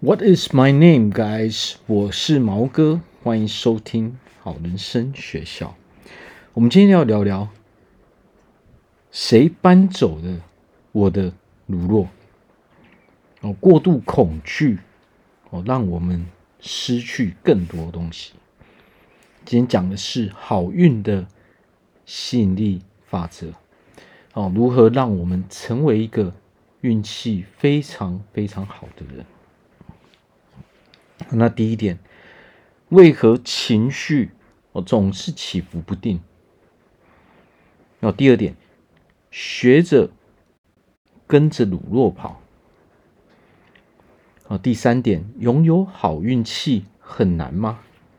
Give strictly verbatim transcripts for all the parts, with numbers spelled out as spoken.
What is my name, guys？ 我是毛哥，欢迎收听好人生学校。我们今天要聊聊谁搬走了我的乳酪？哦，过度恐惧哦，让我们失去更多东西。今天讲的是好运的吸引力法则。哦，如何让我们成为一个运气非常非常好的人？那第一点，为何情绪哦总是起伏不定？哦，第二点，学着跟着乳酪跑。哦，第三点，拥有好运气很难吗？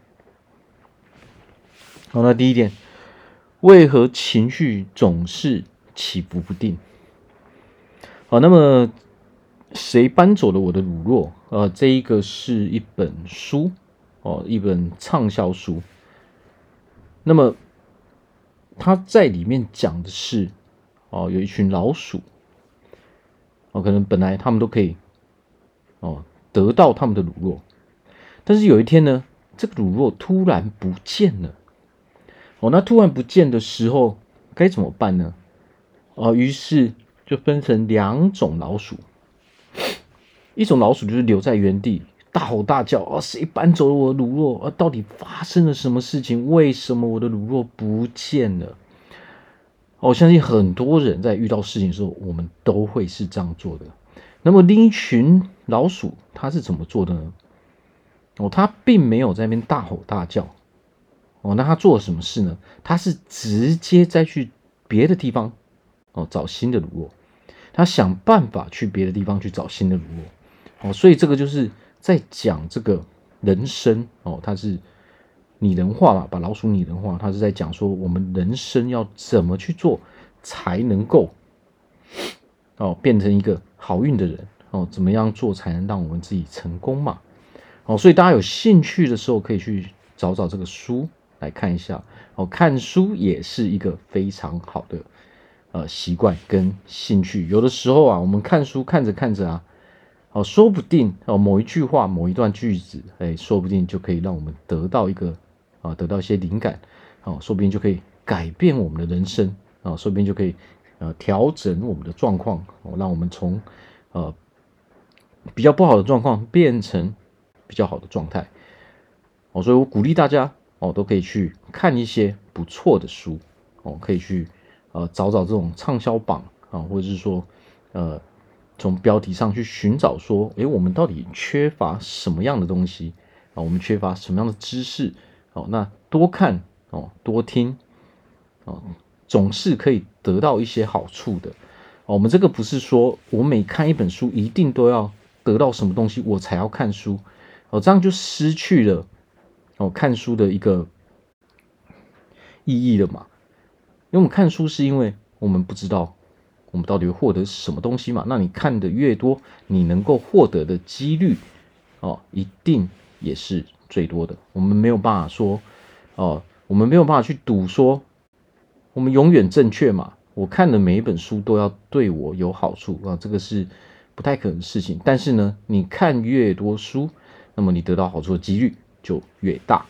好，那第一点，为何情绪总是起伏不定？好，那么谁搬走了我的乳酪？呃，这一个是一本书哦，一本畅销书。那么他在里面讲的是哦，有一群老鼠哦，可能本来他们都可以哦得到他们的乳酪，但是有一天呢，这个乳酪突然不见了。哦，那突然不见的时候该怎么办呢？哦，于是就分成两种老鼠，一种老鼠就是留在原地大吼大叫，哦，谁搬走了我的乳酪？啊，到底发生了什么事情？为什么我的乳酪不见了？哦，我相信很多人在遇到事情的时候，我们都会是这样做的。那么另一群老鼠，它是怎么做的呢？哦，它并没有在那边大吼大叫。哦，那他做了什么事呢？他是直接再去别的地方哦找新的乳酪，他想办法去别的地方去找新的乳酪。哦，所以这个就是在讲这个人生哦，它是拟人化嘛，把老鼠拟人化，它是在讲说我们人生要怎么去做才能够哦变成一个好运的人哦，怎么样做才能让我们自己成功嘛？哦，所以大家有兴趣的时候可以去找找这个书来看一下。哦，看书也是一个非常好的呃习惯跟兴趣。有的时候啊，我们看书看着看着啊，哦，说不定哦某一句话、某一段句子，哎，说不定就可以让我们得到一个啊，得到一些灵感。哦，说不定就可以改变我们的人生啊，说不定就可以呃调整我们的状况，哦，让我们从呃比较不好的状况变成比较好的状态。哦，所以我鼓励大家哦，都可以去看一些不错的书哦，可以去呃找找这种畅销榜啊，或者是说呃从标题上去寻找说，诶，我们到底缺乏什么样的东西啊？我们缺乏什么样的知识？哦，那多看哦，多听哦，总是可以得到一些好处的。哦，我们这个不是说我每看一本书一定都要得到什么东西我才要看书哦，这样就失去了哦看书的一个意义了嘛。因为我们看书是因为我们不知道我们到底会获得什么东西嘛。那你看的越多，你能够获得的几率哦，一定也是最多的。我们没有办法说哦，我们没有办法去赌说我们永远正确嘛。我看的每一本书都要对我有好处啊，这个是不太可能的事情。但是呢，你看越多书，那么你得到好处的几率就越大。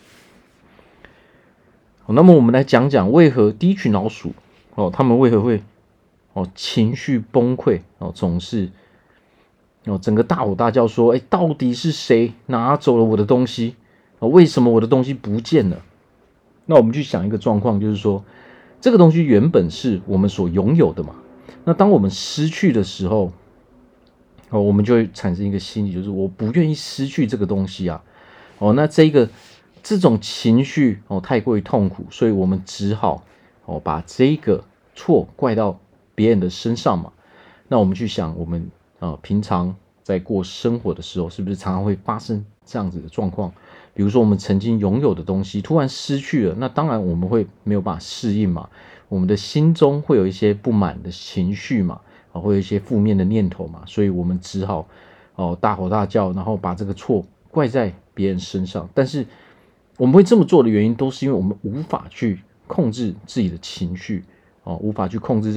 好，那么我们来讲讲为何第一群老鼠哦，他们为何会哦情绪崩溃哦，总是哦整个大吼大叫说，哎，到底是谁拿走了我的东西？哦，为什么我的东西不见了？那我们去想一个状况，就是说这个东西原本是我们所拥有的嘛。那当我们失去的时候，哦，我们就会产生一个心理，就是我不愿意失去这个东西啊。哦，那这个这种情绪哦太过于痛苦，所以我们只好哦把这个错怪到别人的身上嘛。那我们去想，我们啊、呃、平常在过生活的时候，是不是常常会发生这样子的状况？比如说我们曾经拥有的东西突然失去了，那当然我们会没有办法适应嘛，我们的心中会有一些不满的情绪嘛，啊，会有一些负面的念头嘛，所以我们只好哦大吼大叫，然后把这个错怪在别人身上。但是我们会这么做的原因，都是因为我们无法去控制自己的情绪哦，无法去控制这个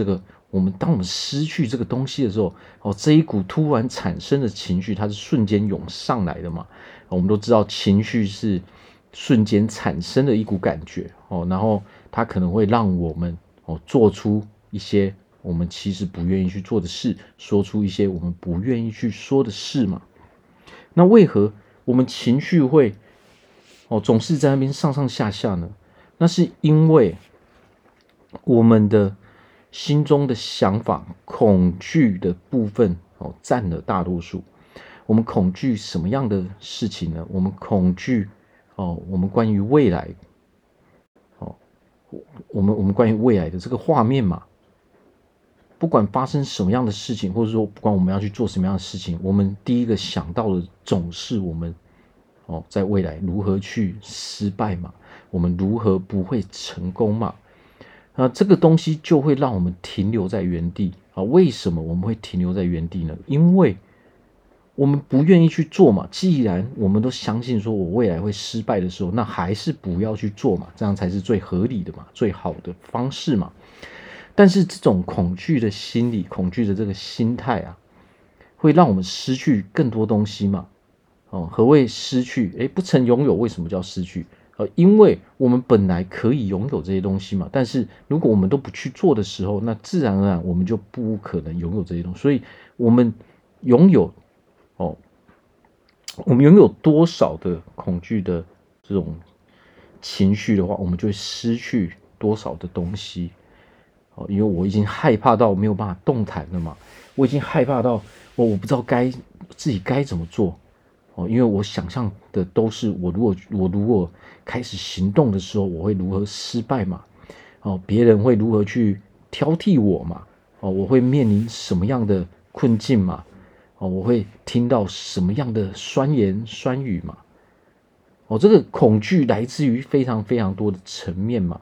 我们当我们失去这个东西的时候，哦，这一股突然产生的情绪，它是瞬间涌上来的嘛。我们都知道情绪是瞬间产生的一股感觉哦，然后它可能会让我们哦做出一些我们其实不愿意去做的事，说出一些我们不愿意去说的事嘛。那为何我们情绪会哦总是在那边上上下下呢？那是因为我们的心中的想法、恐惧的部分哦占了大多数。我们恐惧什么样的事情呢？我们恐惧哦，我们关于未来哦，我们我们关于未来的这个画面嘛。不管发生什么样的事情，或者说不管我们要去做什么样的事情，我们第一个想到的总是我们哦，在未来如何去失败嘛，我们如何不会成功嘛。那这个东西就会让我们停留在原地啊。为什么我们会停留在原地呢？因为我们不愿意去做嘛。既然我们都相信说我未来会失败的时候，那还是不要去做嘛，这样才是最合理的嘛，最好的方式嘛。但是这种恐惧的心理，恐惧的这个心态啊，会让我们失去更多东西嘛。哦，何谓失去？诶，不曾拥有，为什么叫失去？呃，因为我们本来可以拥有这些东西嘛，但是如果我们都不去做的时候，那自然而然我们就不可能拥有这些东西。所以，我们拥有哦，我们拥有多少的恐惧的这种情绪的话，我们就会失去多少的东西。哦，因为我已经害怕到没有办法动弹了嘛，我已经害怕到我我不知道该自己该怎么做。哦，因为我想象的都是我如果我如果开始行动的时候，我会如何失败嘛？哦，别人会如何去挑剔我嘛？哦，我会面临什么样的困境嘛？哦，我会听到什么样的酸言酸语嘛？哦，这个恐惧来自于非常非常多的层面嘛。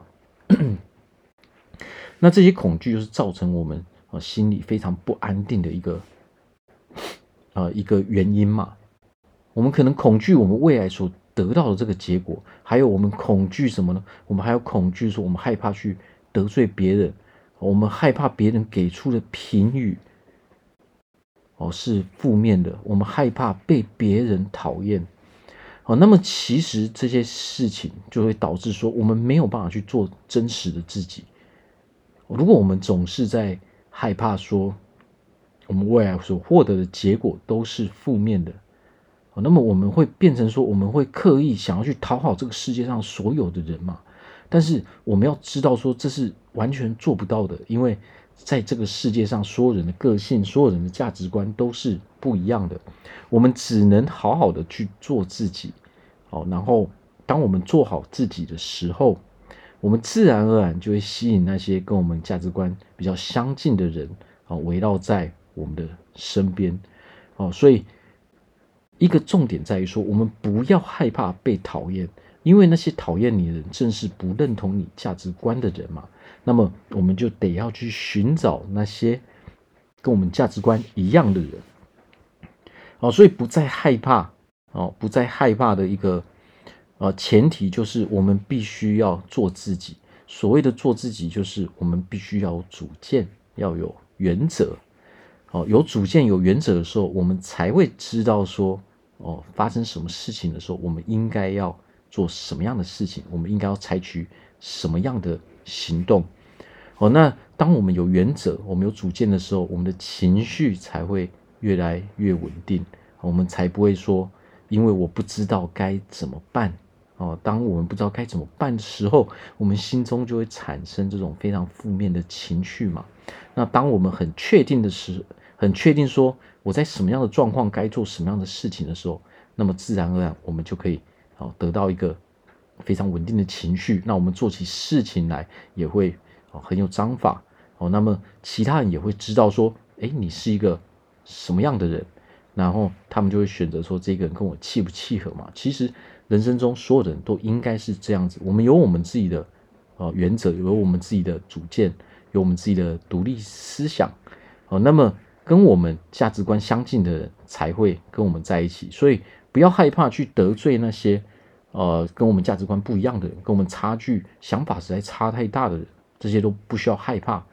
那这些恐惧就是造成我们啊心里非常不安定的一个呃一个原因嘛。我们可能恐惧我们未来所得到的这个结果，还有我们恐惧什么呢？我们还有恐惧说我们害怕去得罪别人，我们害怕别人给出的评语哦是负面的，我们害怕被别人讨厌。哦，那么其实这些事情就会导致说我们没有办法去做真实的自己。如果我们总是在害怕说我们未来所获得的结果都是负面的，那么我们会变成说我们会刻意想要去讨好这个世界上所有的人嘛。但是我们要知道说这是完全做不到的，因为在这个世界上所有人的个性，所有人的价值观都是不一样的。我们只能好好的去做自己，好，然后当我们做好自己的时候，我们自然而然就会吸引那些跟我们价值观比较相近的人啊，围绕在我们的身边。哦，所以一个重点在于说，我们不要害怕被讨厌，因为那些讨厌你的人正是不认同你价值观的人嘛。那么我们就得要去寻找那些跟我们价值观一样的人。哦，所以不再害怕哦，不再害怕的一个呃前提就是我们必须要做自己。所谓的做自己，就是我们必须要有主见，要有原则。哦，有主见有原则的时候，我们才会知道说，哦，发生什么事情的时候，我们应该要做什么样的事情，我们应该要采取什么样的行动。哦，那当我们有原则，我们有主见的时候，我们的情绪才会越来越稳定，我们才不会说，因为我不知道该怎么办。哦，当我们不知道该怎么办的时候，我们心中就会产生这种非常负面的情绪嘛。那当我们很确定的时，很确定说我在什么样的状况该做什么样的事情的时候，那么自然而然我们就可以哦得到一个非常稳定的情绪。那我们做起事情来也会哦很有章法哦。那么其他人也会知道说，诶，你是一个什么样的人，然后他们就会选择说这个人跟我契不契合嘛。其实人生中所有的人都应该是这样子，我们有我们自己的呃原则，有我们自己的主见，有我们自己的独立思想。哦，那么跟我们价值观相近的人才会跟我们在一起，所以不要害怕去得罪那些呃跟我们价值观不一样的人，跟我们差距想法实在差太大的人，这些都不需要害怕。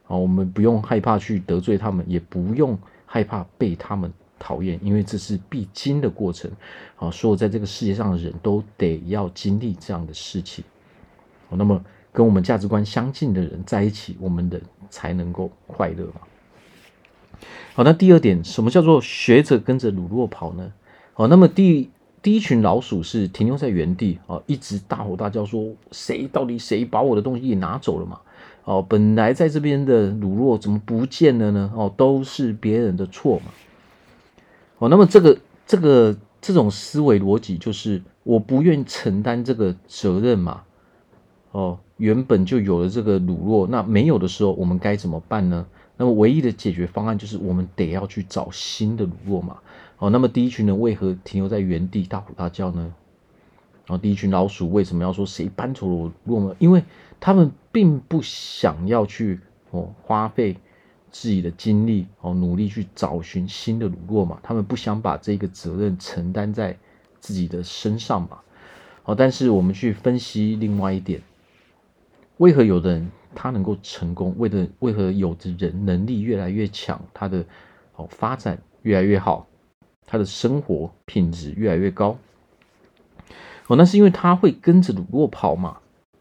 哦，我们不用害怕去得罪他们，也不用害怕被他们讨厌，因为这是必经的过程。好，所有在这个世界上的人都得要经历这样的事情。好，那么跟我们价值观相近的人在一起，我们人才能够快乐嘛。好，那第二点，什么叫做学着跟着乳酪跑呢？好，那么第第一群老鼠是停留在原地啊，一直大吼大叫说，谁到底谁把我的东西给拿走了嘛？哦，本来在这边的乳酪怎么不见了呢？哦，都是别人的错嘛。哦，那么这个这个这种思维逻辑就是我不愿承担这个责任嘛。哦，原本就有了这个乳酪，那没有的时候我们该怎么办呢？那么唯一的解决方案就是我们得要去找新的乳酪嘛。哦，那么第一群人为何停留在原地大吼大叫呢？然后第一群老鼠为什么要说谁搬走了我乳酪呢？因为他们并不想要去哦花费自己的精力哦努力去找寻新的乳酪嘛，他们不想把这个责任承担在自己的身上嘛。哦，但是我们去分析另外一点，为何有的人他能够成功？为的为何有的人能力越来越强，他的哦发展越来越好，他的生活品质越来越高？哦，那是因为他会跟着乳酪跑嘛。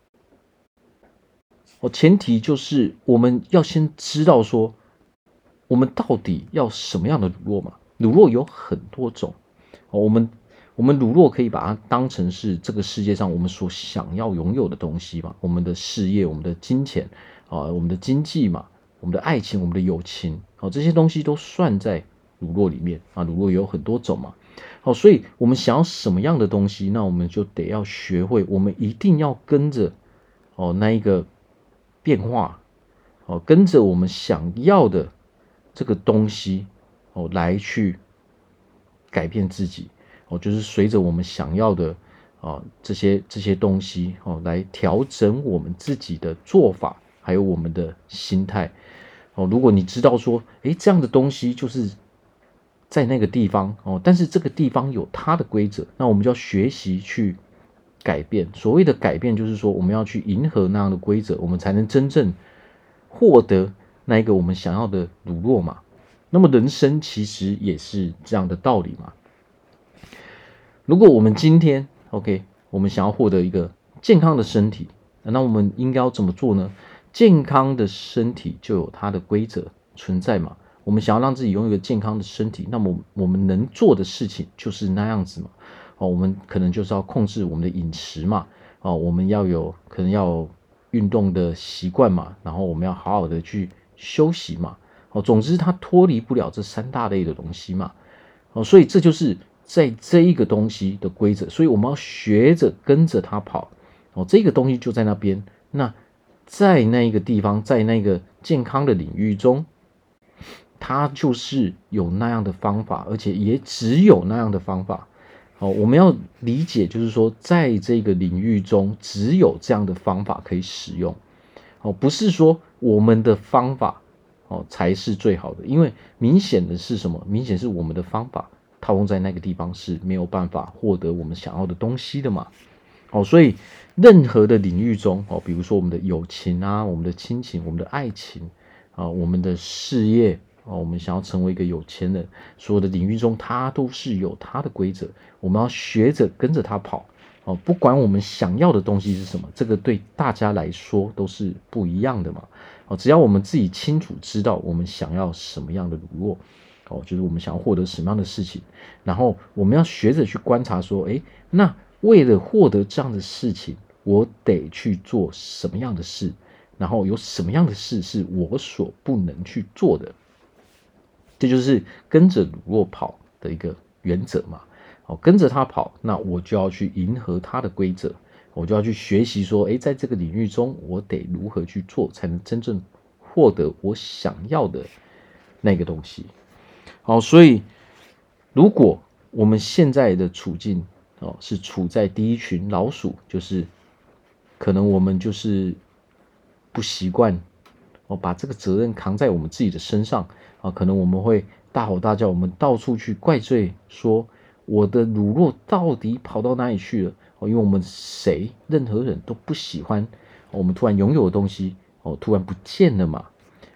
哦，前提就是我们要先知道说，我们到底要什么样的乳酪嘛？乳酪有很多种，哦，我们我们乳酪可以把它当成是这个世界上我们所想要拥有的东西嘛，我们的事业、我们的金钱啊、我们的经济嘛，我们的爱情、我们的友情，哦，这些东西都算在乳酪里面啊。乳酪也有很多种嘛，好，所以我们想要什么样的东西，那我们就得要学会，我们一定要跟着哦那一个变化，哦，跟着我们想要的这个东西哦来去改变自己。哦，就是随着我们想要的啊这些这些东西哦，来调整我们自己的做法，还有我们的心态。哦，如果你知道说，诶，这样的东西就是在那个地方哦，但是这个地方有它的规则，那我们就要学习去改变。所谓的改变，就是说我们要去迎合那样的规则，我们才能真正获得那一个我们想要的乳酪嘛。那么人生其实也是这样的道理嘛。如果我们今天 OK， 我们想要获得一个健康的身体，那我们应该要怎么做呢？健康的身体就有它的规则存在嘛。我们想要让自己拥有一个健康的身体，那么我们能做的事情就是那样子嘛。哦，我们可能就是要控制我们的饮食嘛。哦，我们要有可能要有运动的习惯嘛，然后我们要好好的去休息嘛。哦，总之它脱离不了这三大类的东西嘛。哦，所以这就是在这一个东西的规则，所以我们要学着跟着它跑。哦，这个东西就在那边。那在那个地方，在那个健康的领域中，它就是有那样的方法，而且也只有那样的方法。哦，我们要理解，就是说，在这个领域中，只有这样的方法可以使用。哦，不是说我们的方法哦才是最好的，因为明显的是什么？明显是我们的方法套用在那个地方是没有办法获得我们想要的东西的嘛。哦，所以任何的领域中，哦，比如说我们的友情啊，我们的亲情，我们的爱情啊，我们的事业啊，我们想要成为一个有钱人，所有的领域中，它都是有它的规则，我们要学着跟着它跑。哦，不管我们想要的东西是什么，这个对大家来说都是不一样的嘛。哦，只要我们自己清楚知道我们想要什么样的乳酪，哦，就是我们想要获得什么样的事情，然后我们要学着去观察说，诶，那为了获得这样的事情，我得去做什么样的事，然后有什么样的事是我所不能去做的，这就是跟着乳酪跑的一个原则嘛。哦，跟着他跑，那我就要去迎合他的规则，我就要去学习说，诶，在这个领域中，我得如何去做，才能真正获得我想要的那个东西。好，所以如果我们现在的处境哦是处在第一群老鼠，就是可能我们就是不习惯哦把这个责任扛在我们自己的身上啊，可能我们会大吼大叫，我们到处去怪罪说我的乳酪到底跑到哪里去了哦，因为我们谁任何人都不喜欢、哦、我们突然拥有的东西哦突然不见了嘛。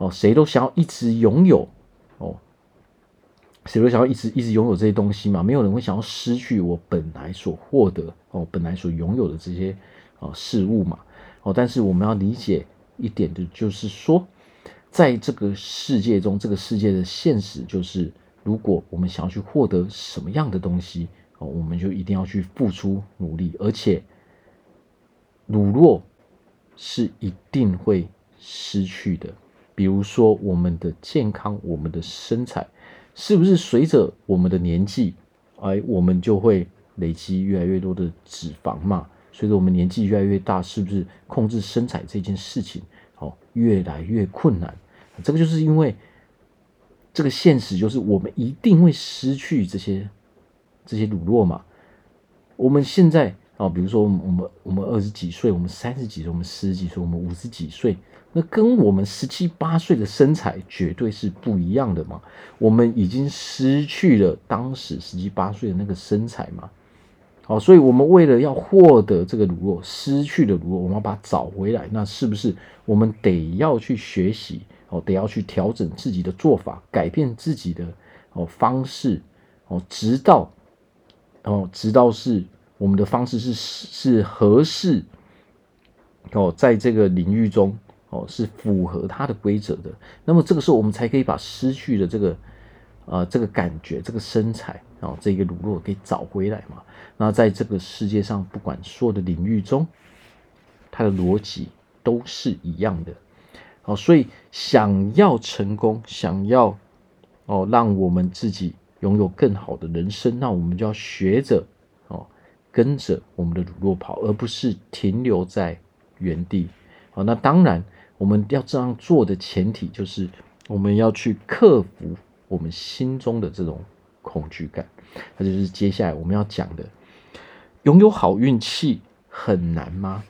哦，谁都想要一直拥有哦，谁都想要一直一直拥有这些东西嘛，没有人会想要失去我本来所获得哦，本来所拥有的这些哦事物嘛。哦，但是我们要理解一点的就是说，在这个世界中，这个世界的现实就是，如果我们想要去获得什么样的东西哦，我们就一定要去付出努力，而且乳酪是一定会失去的。比如说我们的健康，我们的身材，是不是随着我们的年纪，哎，我们就会累积越来越多的脂肪嘛？随着我们年纪越来越大，是不是控制身材这件事情，哦，越来越困难？这个就是因为这个现实，就是我们一定会失去这些这些乳酪嘛。我们现在哦，比如说我们我们二十几岁，我们三十几岁，我们四十几岁，我们五十几岁，那跟我们十七八岁的身材绝对是不一样的嘛。我们已经失去了当时十七八岁的那个身材嘛。好，所以我们为了要获得这个乳酪，失去的乳酪，我们要把它找回来，那是不是我们得要去学习哦，得要去调整自己的做法，改变自己的哦方式哦，直到哦，直到是我们的方式是是合适哦，在这个领域中哦是符合它的规则的，那么这个时候我们才可以把失去的这个呃这个感觉、这个身材哦这个乳酪给找回来嘛。那在这个世界上，不管所有的领域中，它的逻辑都是一样的。好，所以想要成功，想要哦让我们自己拥有更好的人生，那我们就要学着哦跟着我们的乳酪跑，而不是停留在原地。好，那当然我们要这样做的前提就是我们要去克服我们心中的这种恐惧感。那就是接下来我们要讲的，拥有好运气很难吗？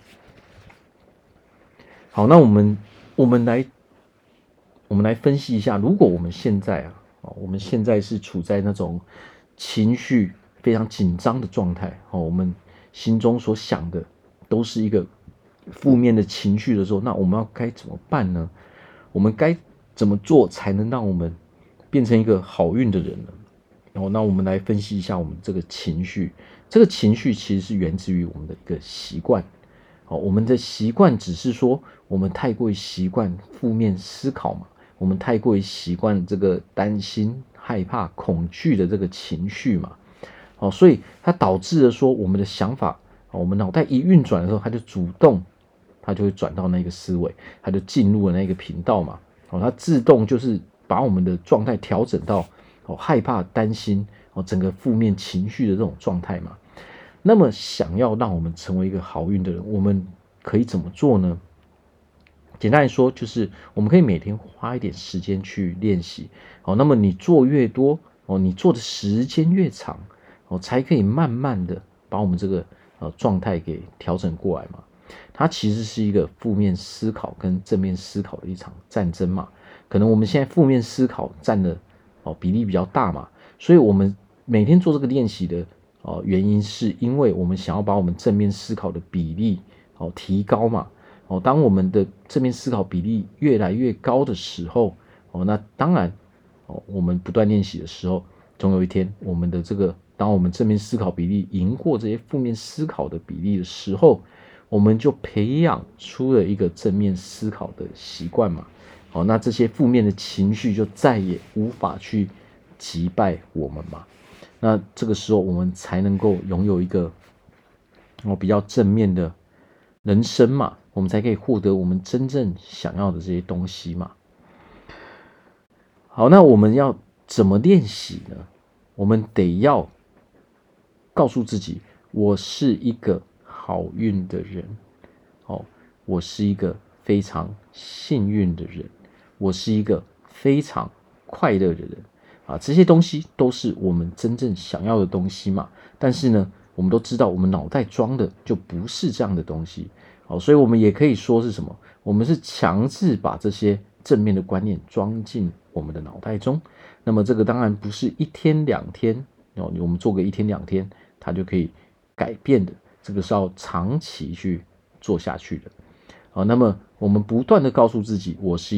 好，那我们我们来我们来分析一下，如果我们现在啊，我们现在是处在那种情绪非常紧张的状态，哦，我们心中所想的都是一个负面的情绪的时候，那我们要该怎么办呢？我们该怎么做才能让我们变成一个好运的人呢？然后，那我们来分析一下我们这个情绪。这个情绪其实是源自于我们的一个习惯。好，我们的习惯只是说，我们太过于习惯负面思考嘛，我们太过于习惯这个担心、害怕、恐惧的这个情绪嘛。好，所以它导致了说，我们的想法，我们脑袋一运转的时候，它就主动，它就会转到那个思维，它就进入了那个频道嘛。好，它自动就是把我们的状态调整到哦害怕、担心哦整个负面情绪的这种状态嘛。那么想要让我们成为一个好运的人，我们可以怎么做呢？简单来说，就是我们可以每天花一点时间去练习。哦，那么你做越多，哦，你做的时间越长，哦，才可以慢慢的把我们这个呃状态给调整过来嘛。它其实是一个负面思考跟正面思考的一场战争嘛。可能我们现在负面思考占的哦比例比较大嘛，所以我们每天做这个练习的哦原因是因为我们想要把我们正面思考的比例哦提高嘛。哦，当我们的正面思考比例越来越高的时候，哦，那当然哦，我们不断练习的时候，总有一天我们的这个，当我们正面思考比例赢过这些负面思考的比例的时候，我们就培养出了一个正面思考的习惯嘛。好，那这些负面的情绪就再也无法去击败我们嘛。那这个时候我们才能够拥有一个哦比较正面的人生嘛，我们才可以获得我们真正想要的这些东西嘛。好，那我们要怎么练习呢？我们得要告诉自己，我是一个好运的人，哦，我是一个非常幸运的人，我是一个非常快乐的人啊，这些东西都是我们真正想要的东西嘛。但是呢，我们都知道，我们脑袋装的就不是这样的东西，好，所以我们也可以说是什么？我们是强制把这些正面的观念装进我们的脑袋中。那么这个当然不是一天两天哦，我们做个一天两天，它就可以改变的，这个是要长期去做下去的。好，那么我们不断的告诉自己，我是一个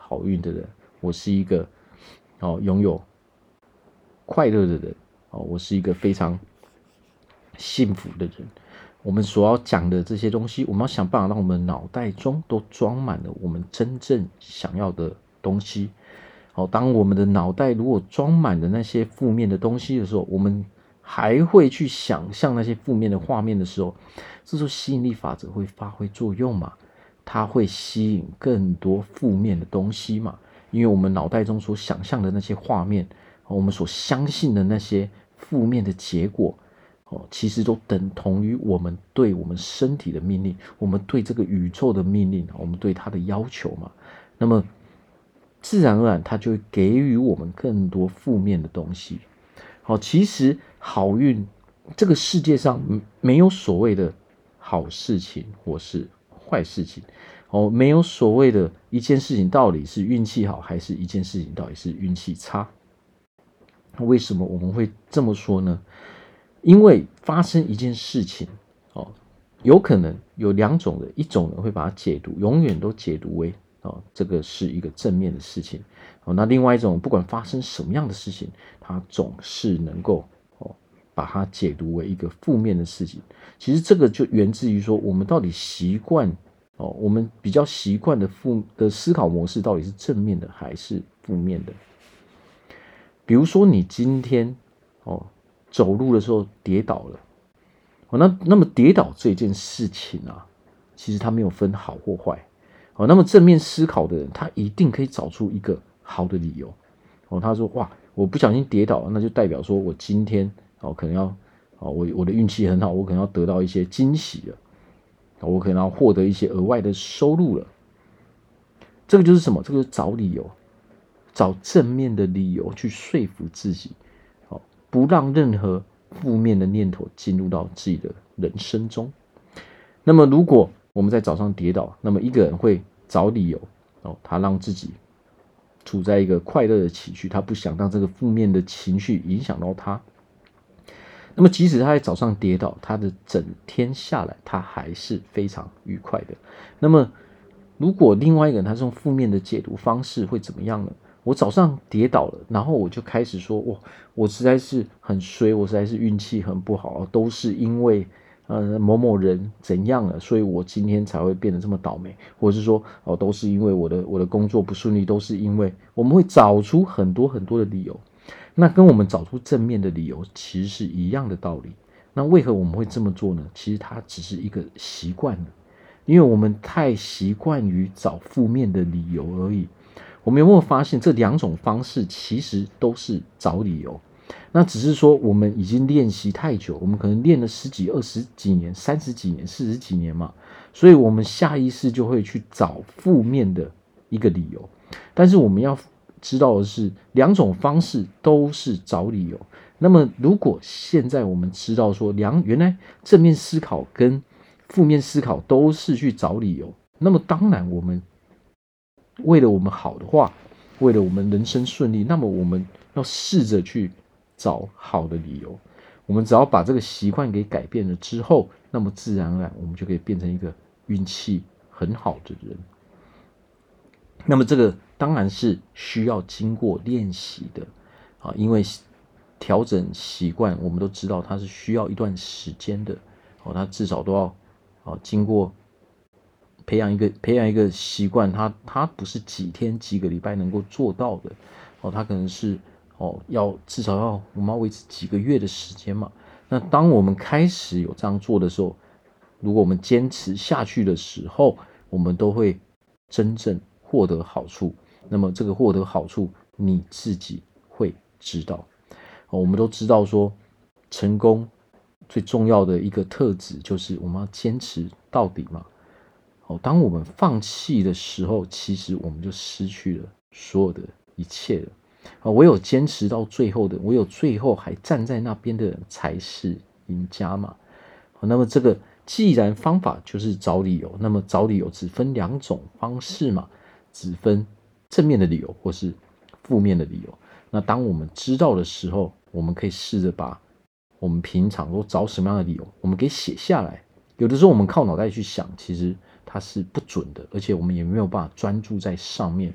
好运的人，我是一个哦拥有快乐的人，哦，我是一个非常幸福的人。我们所要讲的这些东西，我们要想办法让我们脑袋中都装满了我们真正想要的东西。好，当我们的脑袋如果装满了那些负面的东西的时候，我们还会去想象那些负面的画面的时候，这时候吸引力法则会发挥作用嘛？它会吸引更多负面的东西嘛？因为我们脑袋中所想象的那些画面，我们所相信的那些负面的结果，哦，其实都等同于我们对我们身体的命令，我们对这个宇宙的命令，我们对它的要求嘛。那么自然而然，它就会给予我们更多负面的东西。好，其实好运这个世界上没有所谓的好事情或是坏事情，哦，没有所谓的一件事情到底是运气好，还是一件事情到底是运气差。为什么我们会这么说呢？因为发生一件事情，哦，有可能有两种人，一种人会把它解读，永远都解读为哦，这个是一个正面的事情。哦，那另外一种，不管发生什么样的事情，他总是能够哦把它解读为一个负面的事情。其实这个就源自于说，我们到底习惯哦，我们比较习惯的负的思考模式到底是正面的还是负面的？比如说，你今天哦走路的时候跌倒了，哦，那那么跌倒这件事情啊，其实它没有分好或坏。哦，那么正面思考的人，他一定可以找出一个好的理由。哦，他说：“哇，我不小心跌倒了，那就代表说我今天哦可能要哦我我的运气很好，我可能要得到一些惊喜了，我可能要获得一些额外的收入了。”这个就是什么？这个就是找理由。找正面的理由去说服自己，不让任何负面的念头进入到自己的人生中。那么如果我们在早上跌倒，那么一个人会找理由，他让自己处在一个快乐的情绪，他不想让这个负面的情绪影响到他。那么即使他在早上跌倒，他的整天下来他还是非常愉快的。那么如果另外一个人他是用负面的解读方式，会怎么样呢？我早上跌倒了，然后我就开始说，哇，我实在是很衰，我实在是运气很不好，都是因为呃某某人怎样了，所以我今天才会变得这么倒霉，或者是说哦，都是因为我的我的工作不顺利，都是因为我们会找出很多很多的理由。那跟我们找出正面的理由其实是一样的道理。那为何我们会这么做呢？其实它只是一个习惯了，因为我们太习惯于找负面的理由而已。我们有没有发现这两种方式其实都是找理由？那只是说我们已经练习太久，我们可能练了十几、二十几年、三十几年、四十几年嘛，所以我们下意识就会去找负面的一个理由。但是我们要知道的是，两种方式都是找理由。那么如果现在我们知道说，两原来正面思考跟负面思考都是去找理由，那么当然我们为了我们好的话，为了我们人生顺利，那么我们要试着去找好的理由。我们只要把这个习惯给改变了之后，那么自然而然我们就可以变成一个运气很好的人。那么这个当然是需要经过练习的啊，因为调整习惯我们都知道它是需要一段时间的哦，它至少都要啊经过培养一个培养一个习惯，它它不是几天几个礼拜能够做到的哦，它可能是哦要至少要我们要维持几个月的时间嘛。那当我们开始有这样做的时候，如果我们坚持下去的时候，我们都会真正获得好处。那么这个获得好处你自己会知道哦。我们都知道说，成功最重要的一个特质就是我们要坚持到底嘛。哦，当我们放弃的时候，其实我们就失去了所有的一切了。啊，唯有坚持到最后的，唯有最后还站在那边的人才是赢家嘛。那么这个既然方法就是找理由，那么找理由只分两种方式嘛，只分正面的理由或是负面的理由。那当我们知道的时候，我们可以试着把我们平常都找什么样的理由，我们给写下来。有的时候我们靠脑袋去想，其实它是不准的，而且我们也没有办法专注在上面。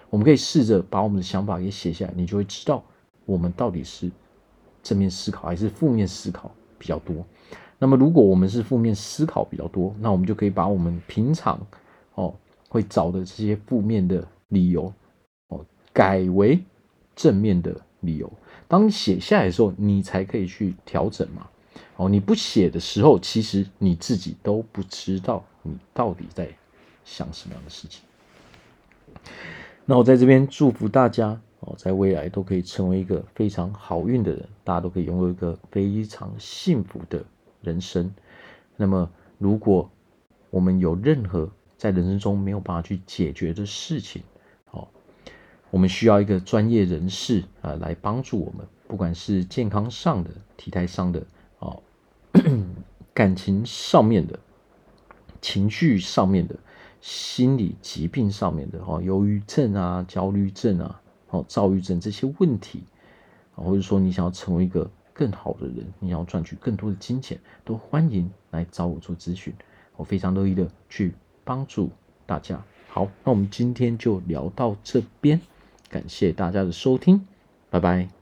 我们可以试着把我们的想法给写下来，你就会知道我们到底是正面思考还是负面思考比较多。那么如果我们是负面思考比较多，那我们就可以把我们平常哦会找的这些负面的理由哦改为正面的理由。当你写下来的时候，你才可以去调整嘛。哦，你不写的时候，其实你自己都不知道你到底在想什么样的事情。那我在这边祝福大家哦，在未来都可以成为一个非常好运的人，大家都可以拥有一个非常幸福的人生。那么，如果我们有任何在人生中没有办法去解决的事情，哦，我们需要一个专业人士啊、呃、来帮助我们，不管是健康上的、体态上的、哦感情上面的、情绪上面的、心理疾病上面的，哦，忧郁症啊、焦虑症啊、哦、躁郁症这些问题，或者说你想要成为一个更好的人，你想要赚取更多的金钱，都欢迎来找我做咨询，我非常乐意的去帮助大家。好，那我们今天就聊到这边，感谢大家的收听，拜拜。